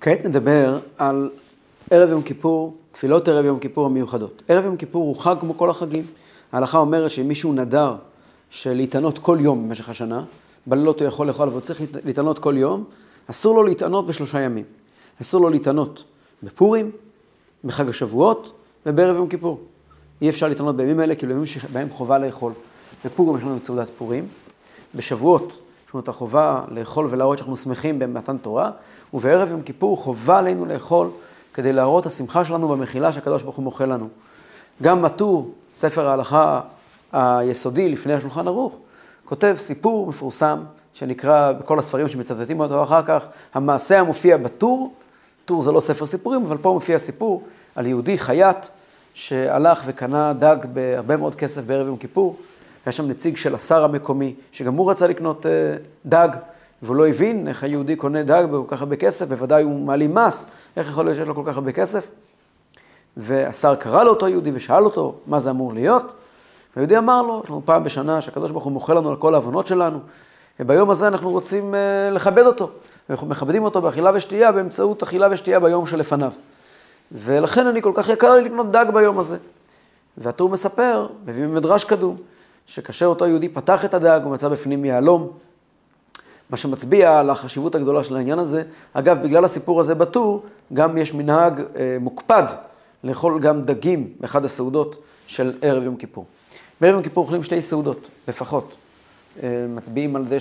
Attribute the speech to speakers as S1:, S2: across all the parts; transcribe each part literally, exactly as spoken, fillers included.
S1: כעת נדבר על ערב יום כיפור, תפילות ערב יום כיפור המיוחדות. ערב יום כיפור הוא חג כמו כל החגים. ההלכה אומרת שאם מישהו נדר של להתענות כל יום במשך השנה, בלילות הוא יכול לאכול והוא צריך להתענות כל יום, אסור לו להתענות בשלושה ימים. אסור לו להתענות בפורים, בחג השבועות ובערב יום כיפור. אי אפשר להתענות בימים האלה, כאילו ימים שבהם חובה לאכול. בפורים יש לנו את סעודת פורים, בשבועות יש לנו את החובה לאכול ולהראות שאנחנו שמחים במתן תורה, ובערב יום כיפור חובה עלינו לאכול כדי להראות השמחה שלנו במחילה שהקדוש ברוך הוא מוכל לנו. גם מטור, ספר ההלכה היסודי לפני השולחן ערוך, כותב סיפור מפורסם שנקרא בכל הספרים שמצטטים אותו אחר כך, המעשה המופיע בטור. טור זה לא ספר סיפורים, אבל פה מופיע סיפור על יהודי חייט שהלך וקנה דג בהרבה מאוד כסף בערב יום כיפור. היה שם נציג של השר המקומי, שגם הוא רצה לקנות דג, והוא לא הבין איך היהודי קונה דג בכל כך הרבה כסף, בוודאי הוא מעלים מס, איך יכול להיות שיש לו כל כך הרבה כסף. והשר קרא לאותו יהודי ושאל אותו מה זה אמור להיות, והיהודי אמר לו, יש לנו פעם בשנה שהקדוש ברוך הוא מוכל לנו על כל העוונות שלנו, וביום הזה אנחנו רוצים לכבד אותו, ואנחנו מכבדים אותו באכילה ושתייה, באמצעות אכילה ושתייה ביום שלפניו. ולכן אני כל כך יקר לי לקנות דג ביום הזה. והטור מספר, מביא ממדרש קדום, שכאשר אותו יהודי פתח את הדג, הוא מצא בפנים יהלום, מה שמצביע על החשיבות הגדולה של העניין הזה. אגב, בגלל הסיפור הזה בטור, גם יש מנהג אה, מוקפד לאכול גם דגים באחד הסעודות של ערב יום כיפור. בערב יום כיפור אוכלים שתי סעודות, לפחות. אה, מצביעים על זה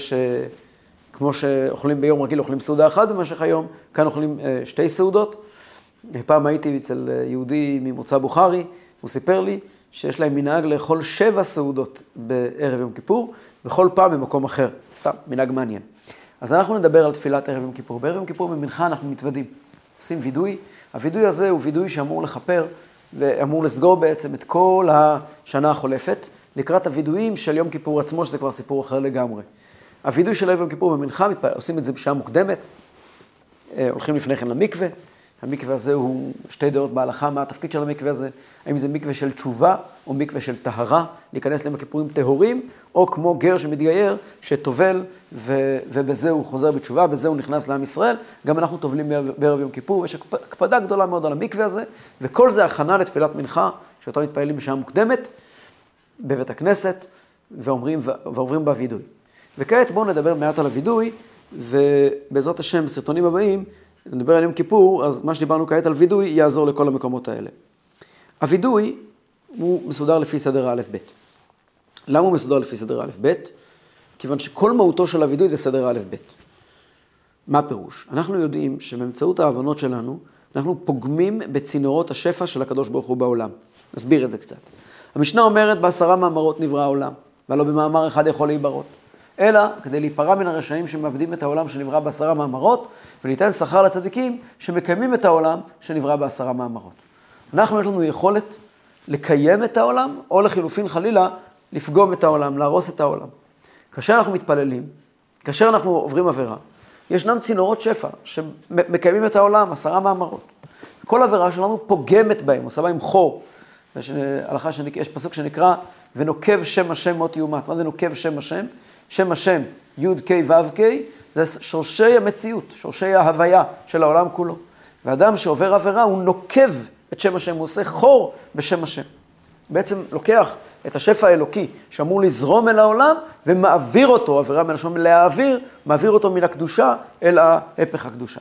S1: שכמו שאוכלים ביום רגיל, אוכלים סעודה אחת במשך היום, כאן אוכלים אה, שתי סעודות. פעם הייתי אצל יהודי ממוצא בוכרי, הוא סיפר לי שיש להם מנהג לאכול שבע סעודות בערב יום כיפור, בכל פעם במקום אחר. סתם, מנהג מעניין. אז אנחנו נדבר על תפילת ערב יום כיפור. בערב יום כיפור במנחה אנחנו מתוודים, עושים וידוי. הוידוי הזה הוא וידוי שאמור לכפר, ואמור לסגור בעצם את כל השנה החולפת, לקראת הוידויים של יום כיפור עצמו, שזה כבר סיפור אחר לגמרי. הוידוי של ערב יום כיפור במנחה, עושים את זה בשעה מוקדמת, הולכים לפני כן למקווה. המקווה הזה הוא שתי דעות בהלכה, מה התפקיד של המקווה הזה, האם זה מקווה של תשובה או מקווה של טהרה, להיכנס ליום הכיפורים טהורים, או כמו גר שמתגייר, שטובל ו- ובזה הוא חוזר בתשובה, בזה הוא נכנס לעם ישראל. גם אנחנו טובלים בערב יום כיפור, ויש הקפדה גדולה מאוד על המקווה הזה, וכל זה הכנה לתפילת מנחה, שאותו מתפעלים בשעה מוקדמת, בבית הכנסת, ואומרים, ועוברים בה וידוי. וכעת בואו נדבר מעט על הוידוי, ובעזרת השם, בסרטונים הבאים, נדבר על יום כיפור, אז מה שדיברנו כעת על וידוי יעזור לכל המקומות האלה. הוידוי הוא מסודר לפי סדר א' ב'. למה הוא מסודר לפי סדר א' ב'? כיוון שכל מהותו של הוידוי זה סדר א' ב'. מה הפירוש? אנחנו יודעים שבאמצעות ההבנות שלנו, אנחנו פוגמים בצינורות השפע של הקדוש ברוך הוא בעולם. נסביר את זה קצת. המשנה אומרת, בעשרה מאמרות נברא העולם, ולא במאמר אחד יכול להיברות. אלא כדי להיפרע מן הרשעים שמאבדים את העולם שנברא בעשרה מאמרות, וניתן שכר לצדיקים שמקיימים את העולם שנברא בעשרה מאמרות. אנחנו יש לנו יכולת לקיים את העולם, או לחילופין חלילה, לפגום את העולם, להרוס את העולם. כאשר אנחנו מתפללים, כאשר אנחנו עוברים עבירה, ישנם צינורות שפע שמקיימים את העולם, עשרה מאמרות. כל עבירה שלנו פוגמת בהם, עושה בהם חור. יש, הלכה, יש פסוק שנקרא, ונוקב שם השם מות יומת. מה זה נוקב שם השם? שם השם, י' ק' ו' ק', זה שורשי המציאות, שורשי ההוויה של העולם כולו. ואדם שעובר עבירה, הוא נוקב את שם השם, הוא עושה חור בשם השם. בעצם לוקח את השפע האלוקי שאמור לזרום אל העולם, ומעביר אותו, עבירה מלשון להעביר, מעביר אותו מן הקדושה אל ההפך הקדושה.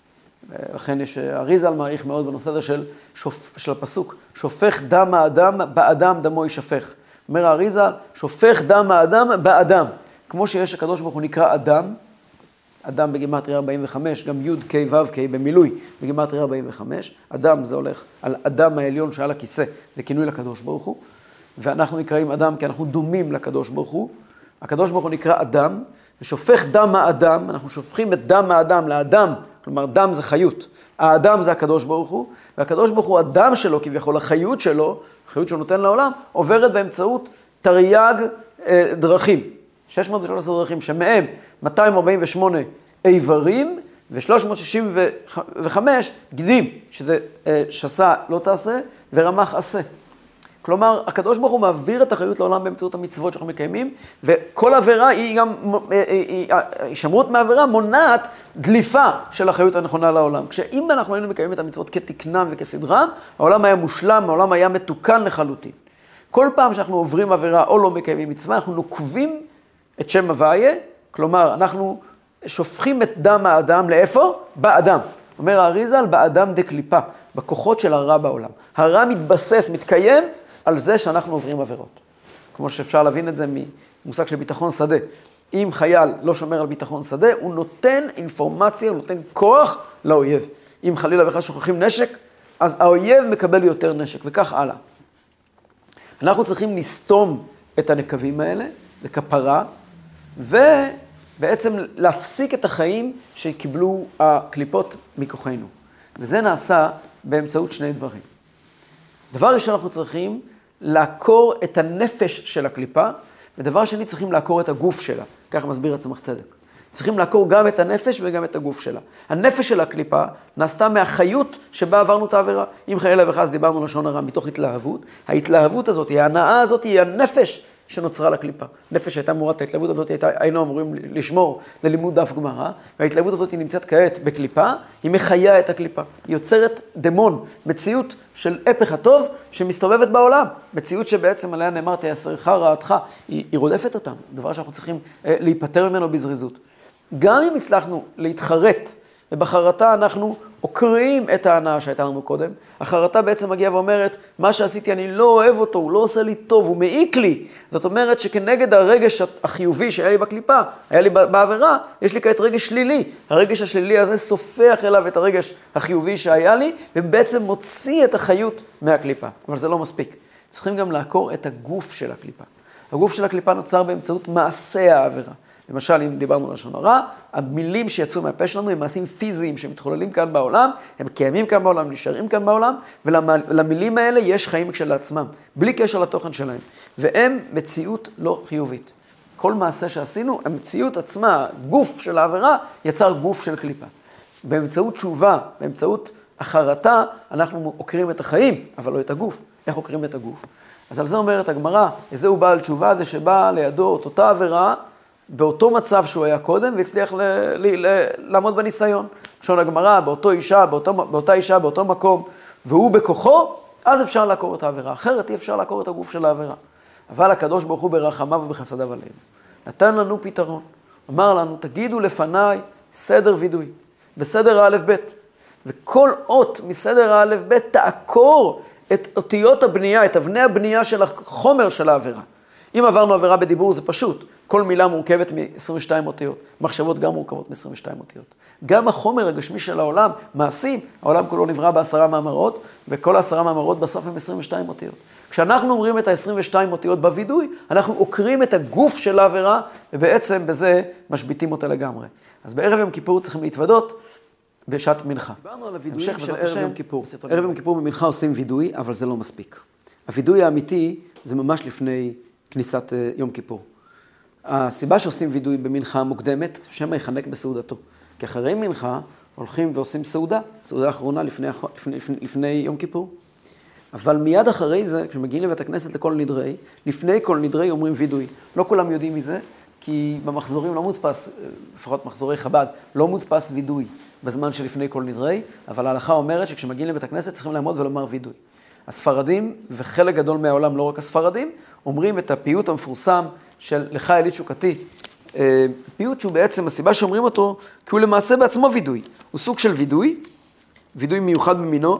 S1: לכן יש אריזל מעריך מאוד בנושא הזה של, שופ, של הפסוק, שופך דם האדם, באדם דמו יישפך. אומר האריזל, שופך דם האדם באדם. כמו שיש הקדוש ברוך הוא נקרא אדם, אדם בגימטריה ארבעים וחמש, גם י' ק' ו' ק' במילוי בגימטריה ארבעים וחמש, אדם זה הולך על אדם העליון שעל הכיסא, זה כינוי לקדוש ברוך הוא, ואנחנו נקראים אדם כי אנחנו דומים לקדוש ברוך הוא. הקדוש ברוך הוא נקרא אדם, ושופך דם האדם, אנחנו שופכים את דם האדם לאדם, כלומר דם זה חיות, האדם זה הקדוש ברוך הוא, והקדוש ברוך הוא הדם שלו כביכול, החיות שלו, החיות שהוא נותן לעולם, עוברת באמצעות תרי"ג אה, דרכים. שש מאות ושלוש עשרה דרכים, שמהם מאתיים ארבעים ושמונה איברים ו-שלוש מאות שישים וחמש גדים, שזה שסה לא תעשה ורמח עשה. כלומר, הקדוש ברוך הוא מעביר את החיות לעולם באמצעות המצוות שאנחנו מקיימים, וכל עבירה היא גם, הישמרות מעבירה מונעת דליפה של החיות הנכונה לעולם. כשאם אנחנו היינו מקיימים את המצוות כתקנם וכסדרם, העולם היה מושלם, העולם היה מתוקן לחלוטין. כל פעם שאנחנו עוברים עבירה או לא מקיימים מצווה, אנחנו נוקבים את שם הוויה, כלומר, אנחנו שופכים את דם האדם לאיפה? באדם. אומר האריז"ל, באדם דקליפה, בכוחות של הרע בעולם. הרע מתבסס, מתקיים על זה שאנחנו עוברים עבירות. כמו שאפשר להבין את זה ממושג של ביטחון שדה. אם חייל לא שומר על ביטחון שדה, הוא נותן אינפורמציה, הוא נותן כוח לאויב. אם חלילה וחס שוכחים נשק, אז האויב מקבל יותר נשק, וכך הלאה. אנחנו צריכים לסתום את הנקבים האלה, לכפרה, ובעצם להפסיק את החיים שקיבלו הקליפות מכוחנו. וזה נעשה באמצעות שני דברים. דבר ראשון, אנחנו צריכים לעקור את הנפש של הקליפה, ודבר שני, צריכים לעקור את הגוף שלה. כך מסביר הצמח צדק. צריכים לעקור גם את הנפש וגם את הגוף שלה. הנפש של הקליפה נעשתה מהחיות שבה עברנו את העבירה. אם חלילה וחס דיברנו לשון הרע מתוך התלהבות, ההתלהבות הזאת, ההנאה הזאת, היא הנפש שנוצרה לקליפה. נפש שהייתה מורת, ההתלהבות הזאת הייתה, היינו אמורים לשמור ללימוד דף גמרא, וההתלהבות הזאת היא נמצאת כעת בקליפה, היא מחיה את הקליפה. היא יוצרת דמון, מציאות של הפך הטוב שמסתובבת בעולם. מציאות שבעצם עליה נאמר, תייסרך רעתך, היא, היא רודפת אותם. דבר שאנחנו צריכים אה, להיפטר ממנו בזריזות. גם אם הצלחנו להתחרט, ובחרטה אנחנו עוקרים את ההנאה שהייתה לנו קודם, החרטה בעצם מגיעה ואומרת, מה שעשיתי אני לא אוהב אותו, הוא לא עושה לי טוב, הוא מעיק לי. זאת אומרת שכנגד הרגש החיובי שהיה לי בקליפה, היה לי בעבירה, יש לי כעת רגש שלילי. הרגש השלילי הזה סופח אליו את הרגש החיובי שהיה לי, ובעצם מוציא את החיות מהקליפה. אבל זה לא מספיק. צריכים גם לעקור את הגוף של הקליפה. הגוף של הקליפה נוצר באמצעות מעשה העבירה. למשל, אם דיברנו על לשון הרע, המילים שיצאו מהפה שלנו הם מעשים פיזיים שמתחוללים כאן בעולם, הם קיימים כאן בעולם, נשארים כאן בעולם, ולמילים האלה יש חיים כשלעצמם, בלי קשר לתוכן שלהם. והם מציאות לא חיובית. כל מעשה שעשינו, המציאות עצמה, גוף של העבירה, יצר גוף של קליפה. באמצעות תשובה, באמצעות החרטה, אנחנו עוקרים את החיים, אבל לא את הגוף. איך עוקרים את הגוף? אז על זה אומרת הגמרא, איזהו בעל תשובה, זה שבא לידו את אותה עבירה, באותו מצב שהוא היה קודם, והצליח ל- ל- ל- לעמוד בניסיון. לשון הגמרא, באותו אישה, באותו, באותה אישה, באותו מקום, והוא בכוחו, אז אפשר לעקור את העבירה. אחרת אי אפשר לעקור את הגוף של העבירה. אבל הקדוש ברוך הוא ברחמיו ובחסדיו עלינו. נתן לנו פתרון. אמר לנו, תגידו לפניי סדר וידוי. בסדר האלף בית. וכל אות מסדר האלף בית תעקור את אותיות הבנייה, את אבני הבנייה של החומר של העבירה. אם עברנו עבירה בדיבור זה פשוט. כל מילה מורכבת מ-עשרים ושתיים אותיות. מחשבות גם מורכבות מ-עשרים ושתיים אותיות. גם החומר הגשמי של העולם, מעשים, העולם כולו נברא בעשרה מאמרות, וכל העשרה מאמרות בסוף הם עשרים ושתיים אותיות. כשאנחנו אומרים את ה-עשרים ושתיים אותיות בווידוי, אנחנו עוקרים את הגוף של העבירה, ובעצם בזה משביטים אותה לגמרי. אז בערב יום כיפור צריכים להתוודות בשעת מנחה. דיברנו על הווידוי של ערב יום כיפור. ערב יום כיפור במנחה עושים וידוי, אבל זה לא מספיק. הווידוי האמיתי זה ממש לפני כניסת יום כיפור. הסיבה שעושים וידוי במנחה מוקדמת, שמא יחנק בסעודתו. כי אחרי מנחה הולכים ועושים סעודה, סעודה האחרונה לפני, לפני, לפני, לפני יום כיפור. אבל מיד אחרי זה, כשמגיעים לבית הכנסת לכל נדרי, לפני כל נדרי אומרים וידוי. לא כולם יודעים מזה, כי במחזורים לא מודפס, לפחות מחזורי חב"ד, לא מודפס וידוי בזמן שלפני כל נדרי, אבל ההלכה אומרת שכשמגיעים לבית הכנסת צריכים לעמוד ולומר וידוי. הספרדים, וחלק גדול מהעולם, לא רק הספרדים, אומרים את הפיוט המפורסם של לך אלי תשוקתי. פיוט שהוא בעצם, הסיבה שאומרים אותו, כי הוא למעשה בעצמו וידוי. הוא סוג של וידוי, וידוי מיוחד במינו,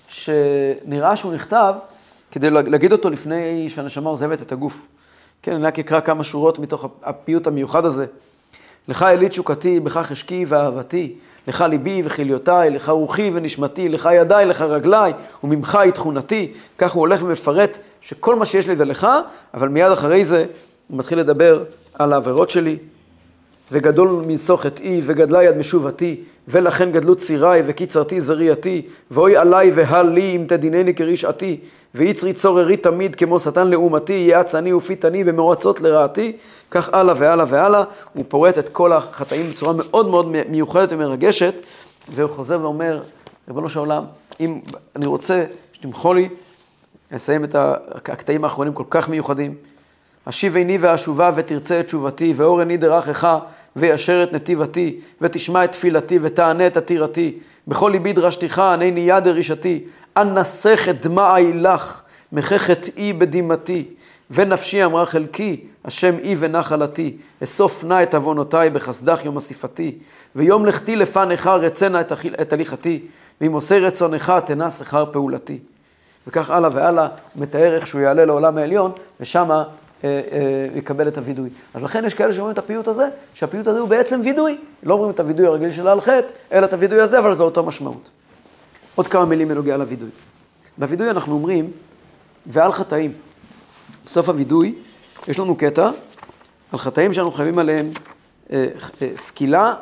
S1: שנראה שהוא נכתב כדי להגיד אותו לפני שהנשמה עוזבת את הגוף. כן, אני רק אקרא כמה שורות מתוך הפיוט המיוחד הזה. לך אלי תשוקתי, בכך חשקי ואהבתי, לך ליבי וכליותיי, לך רוחי ונשמתי, לך ידיי, לך רגליי, וממך היא תכונתי. כך הוא הולך ומפרט שכל מה שיש לי זה לך, אבל מיד אחרי זה הוא מתחיל לדבר על העבירות שלי. וגדול מנשוא חטאי, וגדלה יד משובתי, ולכן גדלו ציריי, וקיצרתי זרייתי, ואוי עליי והל לי אם תדינני כרשעתי, ויצרי צוררי תמיד כמו שטן לעומתי, יעץ אני ופיתני במועצות לרעתי, כך הלאה והלאה והלאה. הוא פורט את כל החטאים בצורה מאוד מאוד מיוחדת ומרגשת, והוא חוזר ואומר, ריבונו של עולם, אם אני רוצה שתמחו לי נסיים את הקטעים האחרונים כל כך מיוחדים. השיב עיני ואשובה ותרצה את תשובתי, ואור עיני דרכך וישר את נתיבתי, ותשמע את תפילתי ותענה את עתירתי. בכל ליבי דרשתיך, ענני יד דרישתי, אנסך את דמעי לך, מחך את אי בדמעתי. ונפשי אמרה חלקי, השם אי ונחלתי, אסוף נא את עוונותיי בחסדך יום אסיפתי, ויום לכתי לפניך רצנה את הליכתי, ואם עושה רצונך תנא שכר פעולתי. וכך הלאה והלאה, הוא מתאר איך שהוא יעלה לעולם העליון, ושם אה, אה, יקבל את הוידוי. אז לכן יש כאלה שאומרים את הפיוט הזה, שהפיוט הזה הוא בעצם וידוי. לא אומרים את הוידוי הרגיל של על חטא, אלא את הוידוי הזה, אבל זה אותו משמעות. עוד כמה מילים בנוגע לוידוי. בוידוי אנחנו אומרים, ועל חטאים. בסוף הוידוי, יש לנו קטע על חטאים שאנחנו חייבים עליהם אה, אה, סקילה,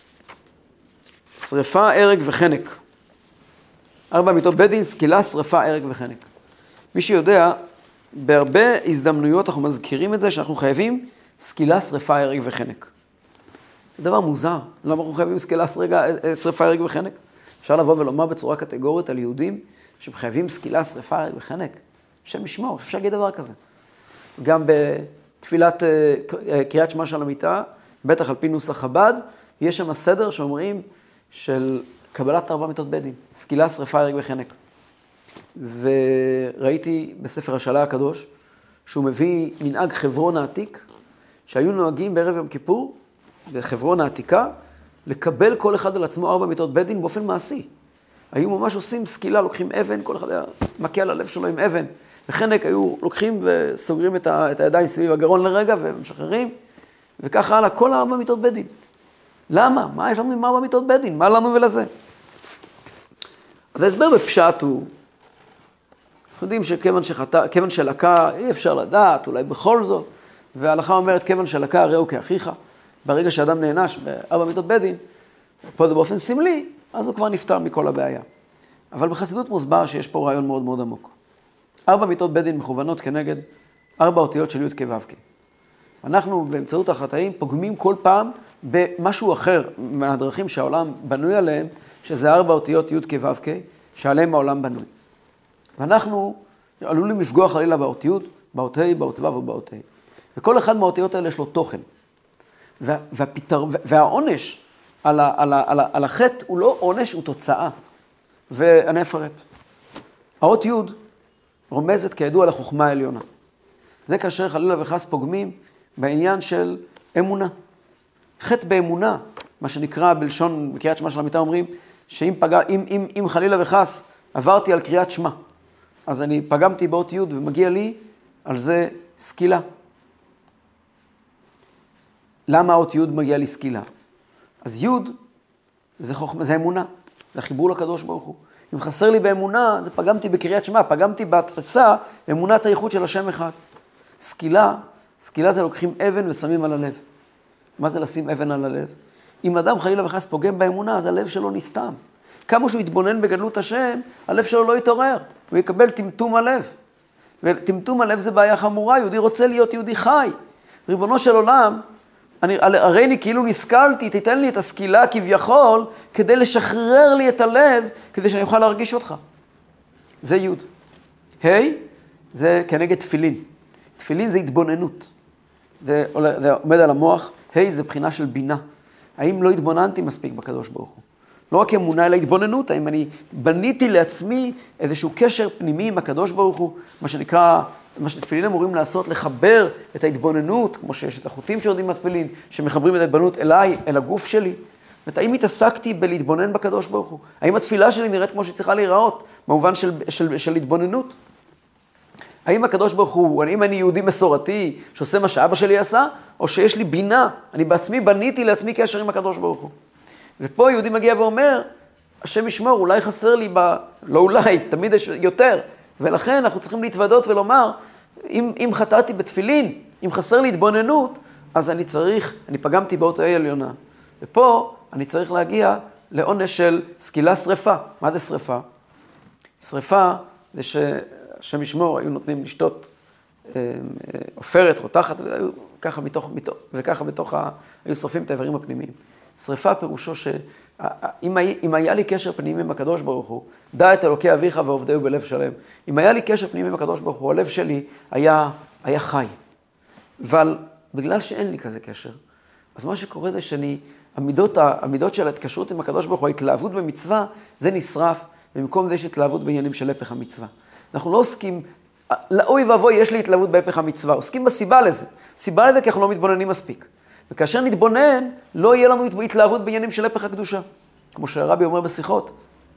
S1: שריפה, הרג וחנק. ארבע מיתות בית דין, סקילה, שריפה, הרג וחנק. מי שיודע, בהרבה הזדמנויות אנחנו מזכירים את זה שאנחנו חייבים סקילה, שריפה, הרג וחנק. זה דבר מוזר. למה אנחנו חייבים סקילה, שריפה, הרג וחנק? אפשר לבוא ולומר בצורה קטגורית על יהודים שהם חייבים סקילה, שריפה, הרג וחנק. השם ישמור, איך אפשר להגיד דבר כזה? גם בתפילת קריאת שמע של המיטה, בטח על פי נוסח חב"ד, יש שם סדר שאומרים של קבלת ארבע מיתות בית דין, סקילה, שריפה, הרג וחנק. וראיתי בספר השאלה הקדוש, שהוא מביא מנהג חברון העתיק, שהיו נוהגים בערב יום כיפור, בחברון העתיקה, לקבל כל אחד על עצמו ארבע מיתות בית דין באופן מעשי. היו ממש עושים סקילה, לוקחים אבן, כל אחד היה מכה על הלב שלו עם אבן, וחנק היו לוקחים וסוגרים את, ה, את הידיים סביב הגרון לרגע ומשחררים, וככה הלאה, כל ארבע מיתות בית דין. למה? מה יש לנו עם ארבע מיתות בית דין? מה לנו ולזה? אז ההסבר בפשט הוא, אנחנו יודעים שכיוון שחטא, כיוון שלקה אי אפשר לדעת, אולי בכל זאת, וההלכה אומרת כיוון שלקה הרי הוא כאחיך, ברגע שאדם נענש בארבע מיתות בית דין, פה זה באופן סמלי, אז הוא כבר נפטר מכל הבעיה. אבל בחסידות מוסבר שיש פה רעיון מאוד מאוד עמוק. ארבע מיתות בית דין מכוונות כנגד ארבע אותיות של י' כ' ו' כ'. אנחנו באמצעות החטאים פוגמים כל פעם במשהו אחר מהדרכים שהעולם בנוי עליהם, שזה ארבע אותיות י' כ' ו' כ', שעליהם העולם בנוי. ואנחנו עלולים לפגוע חלילה באות י', באות ה', באות ו' או באות ה'. וכל אחד מהאותיות האלה יש לו תוכן. וה, והפתר, והעונש על, ה, על, ה, על, ה, על החטא הוא לא עונש, הוא תוצאה. ואני אפרט. האות י' רומזת כידוע לחוכמה העליונה. זה כאשר חלילה וחס פוגמים בעניין של אמונה. חטא באמונה, מה שנקרא בלשון, בקריאת שמע של המיטה אומרים, שאם פגע, אם, אם, אם חלילה וחס עברתי על קריאת שמע, אז אני פגמתי באות י' ומגיע לי על זה סקילה. למה האות י' מגיע לי סקילה? אז י' זה חוכמה, זה אמונה, זה חיבור לקדוש ברוך הוא. אם חסר לי באמונה, זה פגמתי בקריאת שמע, פגמתי בתפסה, אמונת הייחוד של השם אחד. סקילה, סקילה זה לוקחים אבן ושמים על הלב. מה זה לשים אבן על הלב? אם אדם חלילה וחס פוגם באמונה, אז הלב שלו נסתם. כמה שהוא יתבונן בגדלות השם, הלב שלו לא יתעורר, הוא יקבל טמטום הלב. וטמטום הלב זה בעיה חמורה, יהודי רוצה להיות יהודי חי. ריבונו של עולם, אני, הרי אני כאילו נסקלתי, תיתן לי את הסקילה כביכול, כדי לשחרר לי את הלב, כדי שאני אוכל להרגיש אותך. זה י'. ה' זה כנגד תפילין. תפילין זה התבוננות. זה, זה עומד על המוח. ה' זה בחינה של בינה. האם לא התבוננתי מספיק בקדוש ברוך הוא? לא רק אמונה, אלא התבוננות. האם אני בניתי לעצמי איזשהו קשר פנימי עם הקדוש ברוך הוא, מה שנקרא, מה שתפילין אמורים לעשות, לחבר את ההתבוננות, כמו שיש את החוטים שיורדים מהתפילין, שמחברים את ההתבוננות אליי, אל הגוף שלי. זאת אומרת, האם התעסקתי בלהתבונן בקדוש ברוך הוא? האם התפילה שלי נראית כמו שצריכה להיראות, במובן של, של, של התבוננות? האם הקדוש ברוך הוא, האם אני יהודי מסורתי, שעושה מה שאבא שלי עשה, או שיש לי בינה, אני בעצמי בניתי לעצמי קשר עם הקדוש ברוך הוא. ופה יהודי מגיע ואומר, השם ישמור, אולי חסר לי ב... לא אולי, תמיד יש יותר. ולכן אנחנו צריכים להתוודות ולומר, אם, אם חטאתי בתפילין, אם חסר לי התבוננות, אז אני צריך, אני פגמתי באות ה' עליונה. ופה אני צריך להגיע לעונש של סקילה שריפה. מה זה שריפה? שריפה זה שהשם ישמור, היו נותנים לשתות עופרת, רותחת, וככה מתוך, מתוך, וככה בתוך ה... היו שורפים את האיברים הפנימיים. שריפה פירושו אם, אם היה לי קשר פנימי עם הקדוש ברוך הוא, דע את אלוקי אביך ועובדהו בלב שלם. אם היה לי קשר פנימי עם הקדוש ברוך הוא, הלב שלי היה, היה חי. אבל בגלל שאין לי כזה קשר, אז מה שקורה זה שאני, המידות, המידות של ההתקשרות עם הקדוש ברוך הוא, ההתלהבות במצווה, זה נשרף, במקום זה יש התלהבות בעניינים של הפך המצווה. אנחנו לא עוסקים, לאוי ואבוי יש לי התלהבות בהפך המצווה, עוסקים בסיבה לזה. סיבה לזה כי אנחנו לא מתבוננים מספיק. וכאשר נתבונן, לא יהיה לנו התלהבות בעניינים של הפך הקדושה. כמו שהרבי אומר בשיחות,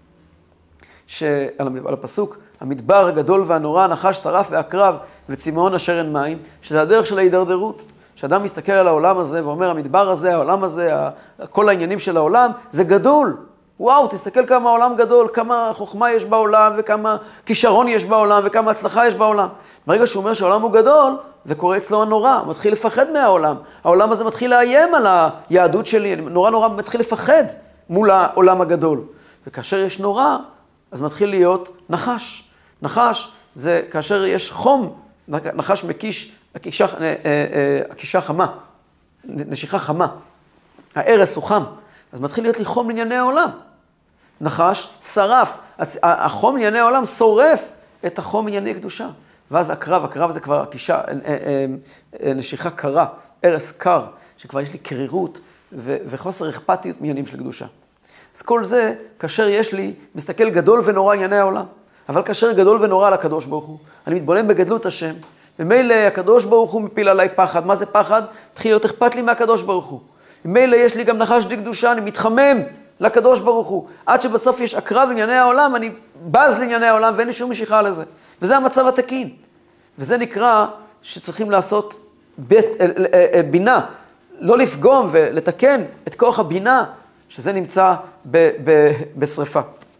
S1: שעל הפסוק, המדבר הגדול והנורא, נחש, שרף ועקרב וצמאון אשר אין מים, שזה הדרך של ההידרדרות. שאדם מסתכל על העולם הזה ואומר, המדבר הזה, העולם הזה, כל העניינים של העולם, זה גדול. וואו, תסתכל כמה העולם גדול, כמה חוכמה יש בעולם, וכמה כישרון יש בעולם, וכמה הצלחה יש בעולם. ברגע שהוא אומר שהעולם הוא גדול, זה קורה אצלו הנורא, הוא מתחיל לפחד מהעולם. העולם הזה מתחיל לאיים על היהדות שלי, נורא נורא מתחיל לפחד מול העולם הגדול. וכאשר יש נורא, אז מתחיל להיות נחש. נחש זה כאשר יש חום, נחש מקיש, הקישה, הקישה חמה, נשיכה חמה. הערס הוא חם, אז מתחיל להיות לי חום לענייני העולם. נחש שרף, החום לענייני העולם שורף את החום לענייני קדושה. ואז הקרב, הקרב זה כבר הקישה, נשיכה קרה, ערס קר, שכבר יש לי קרירות וחוסר אכפתיות מעניינים של קדושה. אז כל זה, כאשר יש לי, מסתכל גדול ונורא ענייני העולם. אבל כאשר גדול ונורא על הקדוש ברוך הוא, אני מתבונן בגדלות השם, ומילא הקדוש ברוך הוא מפיל עליי פחד. מה זה פחד? התחיל להיות אכפת לי מהקדוש ברוך הוא. ומילא יש לי גם נחש די קדושה, אני מתחמם לקדוש ברוך הוא. עד שבסוף יש הקרב ענייני העולם, אני בז לענייני העולם ואין לי שום משיכה לזה. וזה המצב התקין. וזה נקרא שצריכים לעשות בית, בינה, לא לפגום ולתקן את כוח הבינה, שזה נמצא ב, ב, בשריפה.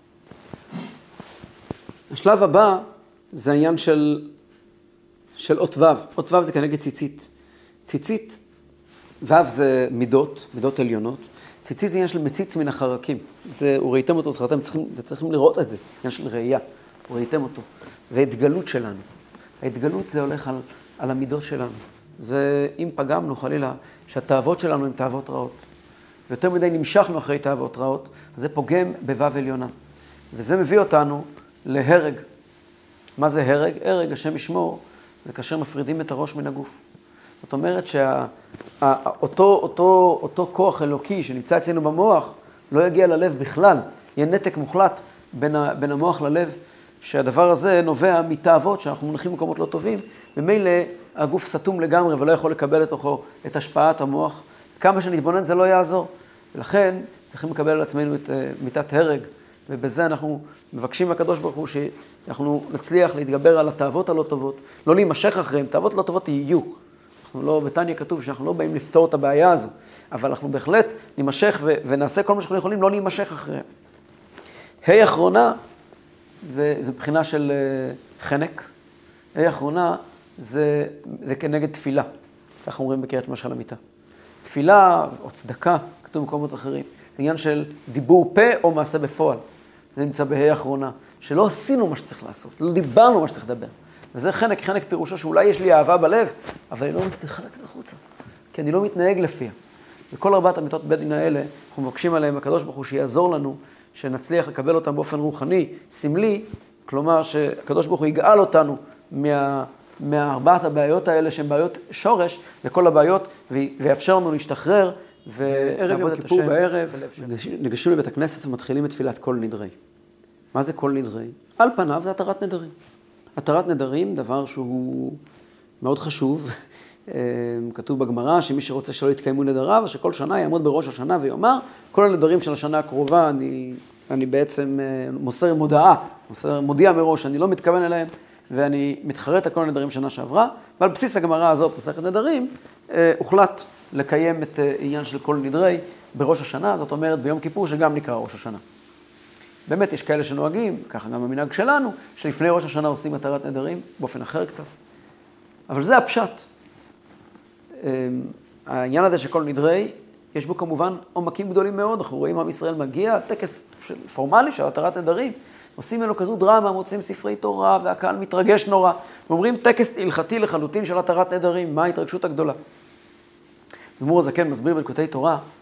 S1: השלב הבא זה העניין של, של אות וו. אות וו זה כנגד ציצית. ציצית, וו זה מידות, מידות עליונות. ציצית זה עניין של מציץ מן החרקים. זה, הוא ראיתם אותו, זכרתם, צריכים, צריכים לראות את זה. עניין של ראייה, הוא ראיתם אותו. זה התגלות שלנו. ההתגלות זה הולך על, על המידות שלנו. זה אם פגמנו חלילה, שהתאוות שלנו הן תאוות רעות. ויותר מדי נמשכנו אחרי תאוות רעות, זה פוגם בוו עליונה. וזה מביא אותנו להרג. מה זה הרג? הרג, השם ישמור, זה כאשר מפרידים את הראש מן הגוף. זאת אומרת שאותו אותו, אותו כוח אלוקי שנמצא אצלנו במוח, לא יגיע ללב בכלל. יהיה נתק מוחלט בין, ה, בין המוח ללב, שהדבר הזה נובע מתאוות שאנחנו מונחים במקומות לא טובים, ומילא הגוף סתום לגמרי ולא יכול לקבל לתוכו את השפעת המוח. כמה שנתבונן זה לא יעזור. ולכן צריכים לקבל על עצמנו את מיטת הרג, ובזה אנחנו מבקשים מהקדוש ברוך הוא שאנחנו נצליח להתגבר על התאוות הלא טובות, לא להימשך אחריהם, תאוות לא טובות יהיו. אנחנו לא, בתניא כתוב שאנחנו לא באים לפתור את הבעיה הזו, אבל אנחנו בהחלט נימשך ו- ונעשה כל מה שאנחנו יכולים, לא להימשך אחריהם. היי אחרונה, וזה מבחינה של חנק, היי אחרונה זה, זה כנגד תפילה, כך אומרים בקריאת שמע של המיטה. תפילה או צדקה, כתוב במקומות אחרים, זה עניין של דיבור פה או מעשה בפועל. זה נמצא בהי אחרונה, שלא עשינו מה שצריך לעשות, לא דיברנו מה שצריך לדבר. וזה חנק, חנק פירושו שאולי יש לי אהבה בלב, אבל אני לא מצליחה לצאת החוצה, כי אני לא מתנהג לפיה. וכל ארבעת המיתות בית דין האלה, אנחנו מבקשים עליהם הקדוש ברוך הוא שיעזור לנו, שנצליח לקבל אותם באופן רוחני, סמלי, כלומר שהקדוש ברוך הוא יגאל אותנו מה... מהארבעת הבעיות האלה שהן בעיות שורש לכל הבעיות, ויאפשר לנו להשתחרר, וערב יום כיפור בערב, ניגשים לבית הכנסת ומתחילים את תפילת כל נדרי. מה זה כל נדרי? על פניו זה התרת נדרים. התרת נדרים, דבר שהוא מאוד חשוב, כתוב בגמרא שמי שרוצה שלא יתקיימו נדריו, שכל שנה יעמוד בראש השנה ויאמר, כל הנדרים של השנה הקרובה, אני, אני בעצם מוסר מודעה, מוסר, מודיע מראש, אני לא מתכוון אליהם, ואני מתחרט על כל הנדרים שנה שעברה, ועל בסיס הגמרא הזאת, מסכת נדרים, הוחלט לקיים את עניין של כל נדרי בראש השנה, זאת אומרת ביום כיפור שגם נקרא ראש השנה. באמת יש כאלה שנוהגים, ככה גם המנהג שלנו, שלפני ראש השנה עושים התרת נדרים, באופן אחר קצת. אבל זה הפשט. העניין הזה שכל נדרי, יש בו כמובן עומקים גדולים מאוד, אנחנו רואים עם ישראל מגיע, טקס פורמלי של התרת נדרים, עושים ממנו כזו דרמה, מוצאים ספרי תורה, והקהל מתרגש נורא, ואומרים טקס הלכתי לחלוטין של התרת נדרים, מה ההתרגשות הגדולה? אדמו"ר הזקן מסביר בליקוטי תורה,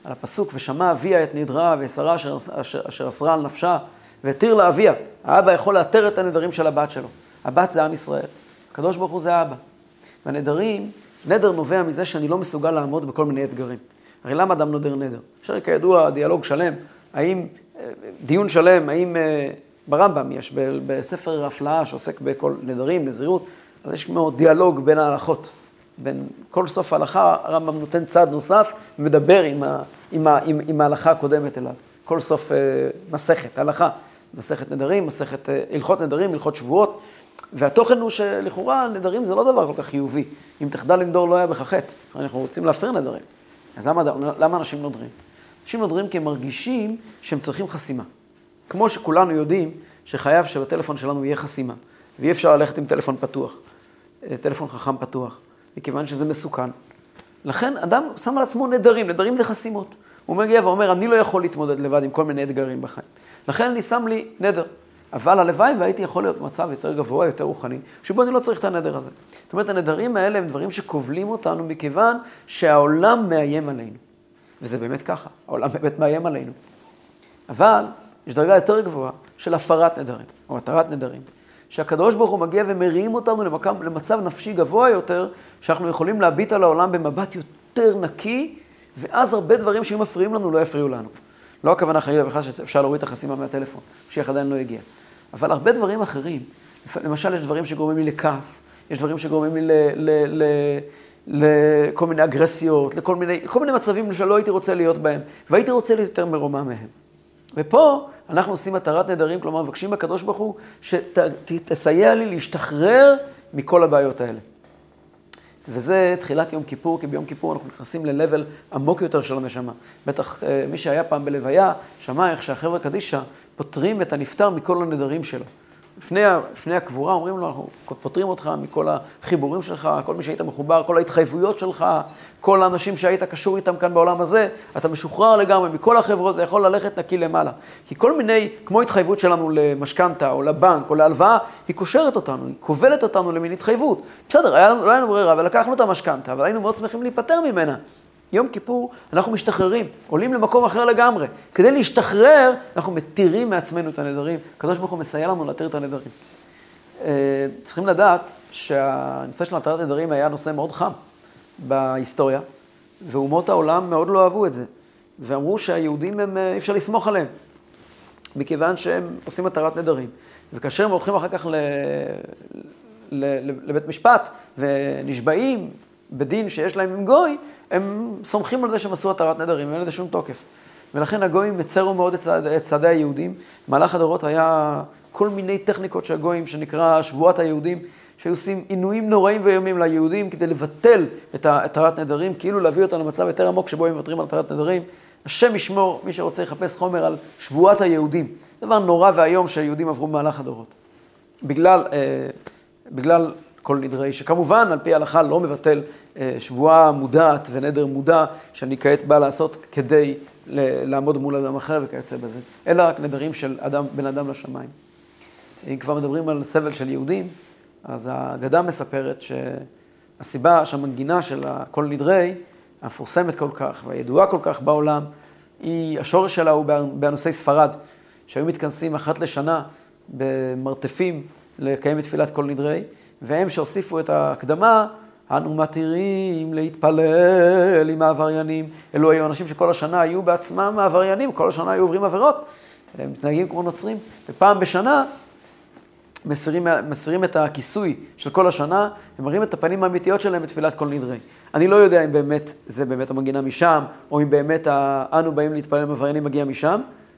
S1: על הפסוק, ושמע אביה את נדרה ושרה אשר, אשר, אשר אסרה על נפשה, והתיר לה אביה. האבא יכול להתיר את הנדרים של הבת שלו. הבת זה עם ישראל. הקדוש ברוך הוא זה האבא. והנדרים, נדר נובע מזה שאני לא מסוגל לעמוד בכל מיני אתגרים. הרי למה אדם נודר נדר? אפשר כידוע דיאלוג שלם, האם, דיון שלם, האם ברמב"ם יש, בספר הפלאה שעוסק בכל נדרים, נזירות, אז יש כמו דיאלוג בין ההלכות. בין כל סוף ההלכה, הרמב"ם נותן צד נוסף, ומדבר עם, ה, עם, ה, עם, עם ההלכה הקודמת אליו. כל סוף אה, מסכת, הלכה, מסכת נדרים, מסכת אה, הלכות נדרים, הלכות שבועות, והתוכן הוא שלכאורה נדרים זה לא דבר כל כך חיובי. אם תחדל לנדור לא היה בך חטא, אנחנו רוצים להפר נדרים. אז למה, למה אנשים נודרים? אנשים נודרים כי הם מרגישים שהם צריכים חסימה. כמו שכולנו יודעים שחייב שבטלפון שלנו יהיה חסימה, ואי אפשר ללכת עם טלפון פתוח, טלפון חכם פתוח, מכיוון שזה מסוכן. לכן אדם שם על עצמו נדרים, נדרים זה חסימות. הוא מגיע ואומר, אני לא יכול להתמודד לבד עם כל מיני אתגרים בחיים. לכן אני שם לי נדר. אבל הלוואי והייתי יכול להיות במצב יותר גבוה, יותר רוחני, שבו אני לא צריך את הנדר הזה. זאת אומרת, הנדרים האלה הם דברים שכובלים אותנו מכיוון שהעולם מאיים עלינו. וזה באמת ככה, העולם באמת מאיים עלינו. אבל יש דרגה יותר גבוהה של הפרת נדרים, או התרת נדרים, שהקדוש ברוך הוא מגיע ומרים אותנו למקם, למצב נפשי גבוה יותר, שאנחנו יכולים להביט על העולם במבט יותר נקי, ואז הרבה דברים שאם מפריעים לנו לא יפריעו לנו. לא הכוונה חלילה וחס שאפשר להוריד את החסימה מהטלפון, שיח עדיין לא הגיע. אבל הרבה דברים אחרים, למשל יש דברים שגורמים לי לכעס, יש דברים שגורמים לי ל, ל, ל, לכל מיני אגרסיות, לכל מיני, לכל מיני מצבים שלא הייתי רוצה להיות בהם, והייתי רוצה להיות יותר מרומם מהם. ופה אנחנו עושים התרת נדרים, כלומר מבקשים בקדוש ברוך הוא שתסייע לי להשתחרר מכל הבעיות האלה. וזה תחילת יום כיפור, כי ביום כיפור אנחנו נכנסים ל-level עמוק יותר של הנשמה. בטח מי שהיה פעם בלוויה, שמע איך שהחבר'ה קדישא פותרים את הנפטר מכל הנדרים שלו. לפני, לפני הקבורה אומרים לו, אנחנו פותרים אותך מכל החיבורים שלך, כל מי שהיית מחובר, כל ההתחייבויות שלך, כל האנשים שהיית קשור איתם כאן בעולם הזה, אתה משוחרר לגמרי מכל החברות, זה יכול ללכת נקי למעלה. כי כל מיני, כמו התחייבות שלנו למשכנתה או לבנק או להלוואה, היא קושרת אותנו, היא כובלת אותנו למין התחייבות. בסדר, היה לנו, לא היה לנו ברירה, ולקחנו את המשכנתה, אבל היינו מאוד שמחים להיפטר ממנה. יום כיפור אנחנו משתחררים, עולים למקום אחר לגמרי. כדי להשתחרר, אנחנו מתירים מעצמנו את הנדרים. הקדוש ברוך הוא מסייע לנו להתיר את הנדרים. צריכים לדעת שהנושא של התרת נדרים היה נושא מאוד חם בהיסטוריה, ואומות העולם מאוד לא אהבו את זה. ואמרו שהיהודים הם, אי אפשר לסמוך עליהם, מכיוון שהם עושים התרת נדרים. וכאשר הם הולכים אחר כך ל... ל... לבית משפט ונשבעים בדין שיש להם עם גוי, הם סומכים על זה שהם עשו התרת נדרים, ואין לזה שום תוקף. ולכן הגויים מצרו מאוד את, צעד, את צעדי היהודים. במהלך הדורות היה כל מיני טכניקות של הגויים, שנקרא שבועת היהודים, שהיו עושים עינויים נוראים ואיומים ליהודים, כדי לבטל את התרת נדרים, כאילו להביא אותנו למצב יותר עמוק שבו הם מוותרים על התרת נדרים. השם ישמור, מי שרוצה לחפש חומר על שבועת היהודים. דבר נורא והיום שהיהודים עברו במהלך הדורות. בגלל, אה, בגלל כל נדרי, שכמובן על פי ההלכה לא מבטל שבועה מודעת ונדר מודע, שאני כעת בא לעשות כדי לעמוד מול אדם אחר וכיוצא בזה. אלא רק נדרים של אדם, בין אדם לשמיים. אם כבר מדברים על סבל של יהודים, אז האגדה מספרת שהסיבה שהמנגינה של כל נדרי, המפורסמת כל כך והידועה כל כך בעולם, היא, השורש שלה הוא באנוסי ספרד, שהיו מתכנסים אחת לשנה במרתפים לקיים את תפילת כל נדרי, והם שהוסיפו את ההקדמה, אנו מתירים להתפלל עם העבריינים. אלו היו אנשים שכל השנה היו בעצמם העבריינים, כל השנה היו עוברים עבירות, הם מתנהגים כמו נוצרים, ופעם בשנה מסירים, מסירים את הכיסוי של כל השנה, הם מראים את הפנים האמיתיות שלהם בתפילת כל נדרי. אני לא יודע אם באמת זה באמת המנגינה משם, או אם באמת אנו באים להתפלל עם העבריינים מגיע משם,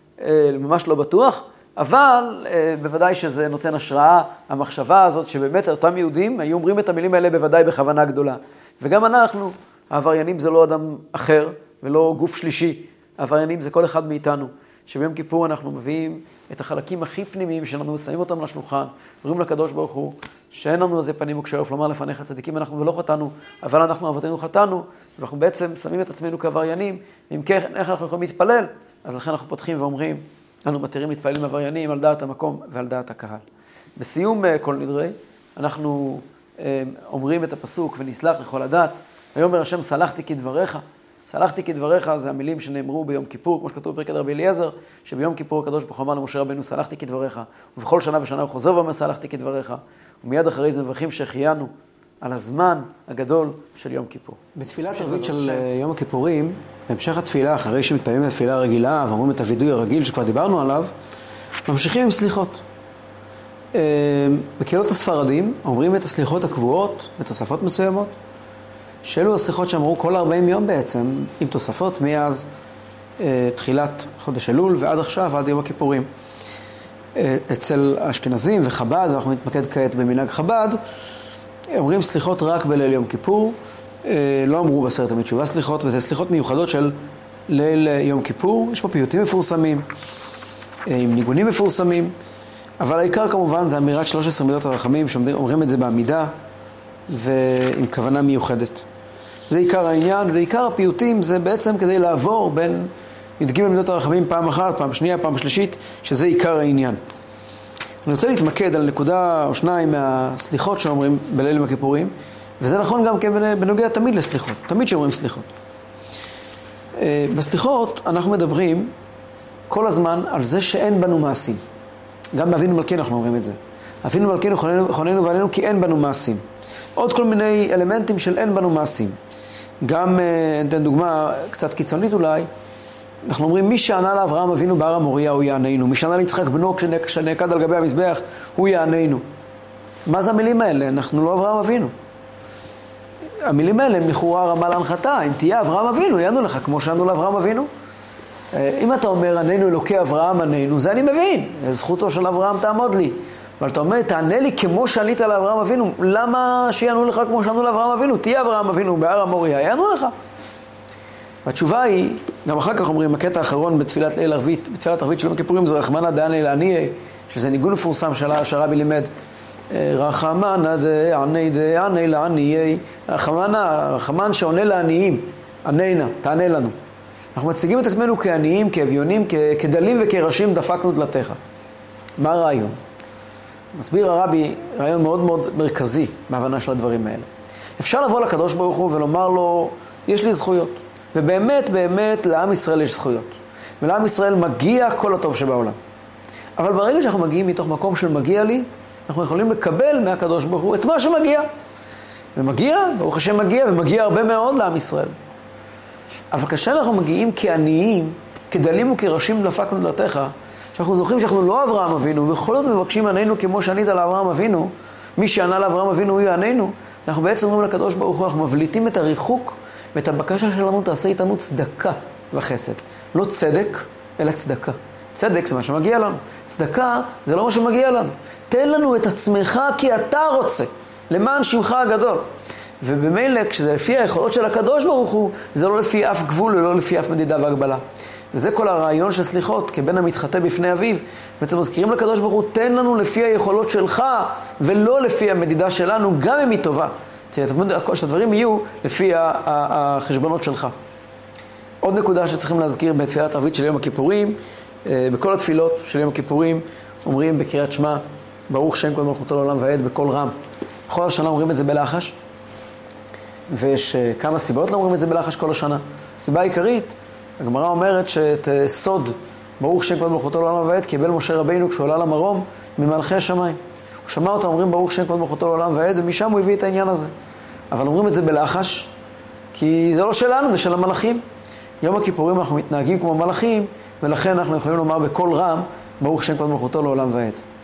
S1: ממש לא בטוח, אבל בוודאי שזה נותן השראה, המחשבה הזאת שבאמת אותם יהודים היו אומרים את המילים האלה בוודאי בכוונה גדולה. וגם אנחנו, העבריינים זה לא אדם אחר ולא גוף שלישי, העבריינים זה כל אחד מאיתנו, שביום כיפור אנחנו מביאים את החלקים הכי פנימיים שלנו, שמים אותם לשולחן, אומרים לקדוש ברוך הוא שאין לנו איזה פנים וקשרף לומר לפניך צדיקים אנחנו ולא חטאנו, אבל אנחנו אבותינו חטאנו, ואנחנו בעצם שמים את עצמנו כעבריינים, אם כן איך אנחנו יכולים להתפלל, אז לכן אנחנו פותחים ואומרים, אנו מתירים להתפלל עם עבריינים על דעת המקום ועל דעת הקהל. בסיום כל נדרי, אנחנו אומרים את הפסוק, ונסלח לכל הדת, ויאמר השם סלחתי כדבריך, סלחתי כדבריך, זה המילים שנאמרו ביום כיפור, כמו שכתוב בפרק רבי אליעזר, שביום כיפור הקדוש ברוך הוא אמר למשה רבנו, סלחתי כדבריך, ובכל שנה ושנה הוא חוזר ואומר, סלחתי כדבריך, ומיד אחרי זה מברכים שהחיינו על הזמן הגדול של יום כיפור. בתפילת ערבית של יום הכיפורים, בהמשך התפילה, אחרי שמתפללים את התפילה הרגילה, ואומרים את הוידוי הרגיל שכבר דיברנו עליו, ממשיכים עם סליחות. בקהילות הספרדים אומרים את הסליחות הקבועות בתוספות מסוימות, שאלו הסליחות שאמרו כל ארבעים יום בעצם, עם תוספות מאז אה, תחילת חודש אלול ועד עכשיו, עד יום הכיפורים. אה, אצל האשכנזים וחב"ד, ואנחנו נתמקד כעת במנהג חב"ד, אומרים סליחות רק בליל יום כיפור, אה, לא אמרו בעשרת ימי תשובה סליחות, וזה סליחות מיוחדות של ליל יום כיפור. יש פה פיוטים מפורסמים, אה, עם ניגונים מפורסמים, אבל העיקר כמובן זה אמירת שלוש עשרה מידות הרחמים, שאומרים את זה בעמידה ועם כוונה מיוחדת. זה עיקר העניין, ועיקר הפיוטים זה בעצם כדי לעבור בין י"ג מידות הרחמים פעם אחת, פעם שנייה, פעם שלישית, שזה עיקר העניין. אני רוצה להתמקד על נקודה או שניים מהסליחות שאומרים בליל יום הכיפורים, וזה נכון גם בנוגע תמיד לסליחות, תמיד שאומרים סליחות. בסליחות אנחנו מדברים כל הזמן על זה שאין בנו מעשים. גם באבינו מלכנו אנחנו אומרים את זה. אבינו מלכנו חוננו ועלינו כי אין בנו מעשים. עוד כל מיני אלמנטים של אין בנו מעשים. גם, נתן דוגמה קצת קיצונית אולי, אנחנו אומרים, מי שענה לאברהם אבינו בהר המוריה הוא יעננו, מי שענה ליצחק בנו כשנעקד על גבי המזבח הוא יעננו. מה זה המילים האלה? אנחנו לא אברהם אבינו. המילים האלה הם לכאורה רמה להנחתה, אם תהיה אברהם אבינו, יענו לך כמו שענו לאברהם אבינו. אם אתה אומר, עננו אלוקי אברהם עננו, זה אני מבין, זכותו של אברהם תעמוד לי. אבל אתה אומר, תענה לי כמו שענית לאברהם אבינו, למה שיענו לך כמו שענו לאברהם אבינו? תהיה אברהם אבינו בהר המוריה, יענו לך. והתשובה היא, גם אחר כך אומרים, הקטע האחרון בתפילת ליל ערבית, בתפילת ערבית של יום הכיפורים, זה רחמנא דעני לעניי, שזה ניגון מפורסם של שהרבי לימד. רחמנא דעני דעני לעניי, רחמנא, רחמן שעונה לעניים, עננה, תענה לנו. אנחנו מציגים את עצמנו כעניים, כאביונים, כדלים וכראשים דפקנו דלתיך. מה הרעיון? מסביר הרבי רעיון מאוד מאוד מרכזי בהבנה של הדברים האלה. אפשר לבוא לקדוש ברוך הוא ולומר לו, יש לי זכויות. ובאמת, באמת, לעם ישראל יש זכויות. ולעם ישראל מגיע כל הטוב שבעולם. אבל ברגע שאנחנו מגיעים מתוך מקום של מגיע לי, אנחנו יכולים לקבל מהקדוש ברוך הוא את מה שמגיע. ומגיע, ברוך השם מגיע, ומגיע הרבה מאוד לעם ישראל. אבל כאשר אנחנו מגיעים כעניים, כדלים וכראשים דפקנו דלתיך, שאנחנו זוכרים שאנחנו לא אברהם אבינו, ובכל זאת מבקשים ענינו כמו שענית לאברהם אבינו, מי שענה לאברהם אבינו הוא יעננו, אנחנו בעצם אומרים לקדוש ברוך הוא, אנחנו מבליטים את הריחוק ואת הבקשה שלנו, תעשה איתנו צדקה וחסד. לא צדק, אלא צדקה. צדק זה מה שמגיע לנו. צדקה זה לא מה שמגיע לנו. תן לנו את עצמך כי אתה רוצה, למען שמך הגדול. ובמילא, כשזה לפי היכולות של הקדוש ברוך הוא, זה לא לפי אף גבול ולא לפי אף מדידה והגבלה. וזה כל הרעיון של סליחות, כבן המתחטא בפני אביו. בעצם מזכירים לקדוש ברוך הוא, תן לנו לפי היכולות שלך, ולא לפי המדידה שלנו, גם אם היא טובה. שהדברים יהיו לפי החשבונות שלך. עוד נקודה שצריכים להזכיר בתפילת ערבית של יום הכיפורים, בכל התפילות של יום הכיפורים, אומרים בקריאת שמע, ברוך שם כבוד מלכותו לעולם ועד, בקול רם. בכל השנה אומרים את זה בלחש, ויש כמה סיבות לא אומרים את זה בלחש כל השנה. הסיבה העיקרית, הגמרא אומרת שאת סוד ברוך שם כבוד מלכותו לעולם ועד קיבל משה רבינו כשהוא עלה למרום ממלכי השמיים. הוא שמע אותם אומרים ברוך שם כבוד מלכותו לעולם ועד, ומשם הוא הביא את העניין הזה. אבל אומרים את זה בלחש, כי זה לא שלנו, זה של המלאכים. יום הכיפורים אנחנו מתנהגים כמו מלאכים, ולכן אנחנו יכולים לומר בקול רם ברוך שם כבוד מלכותו לעולם ועד.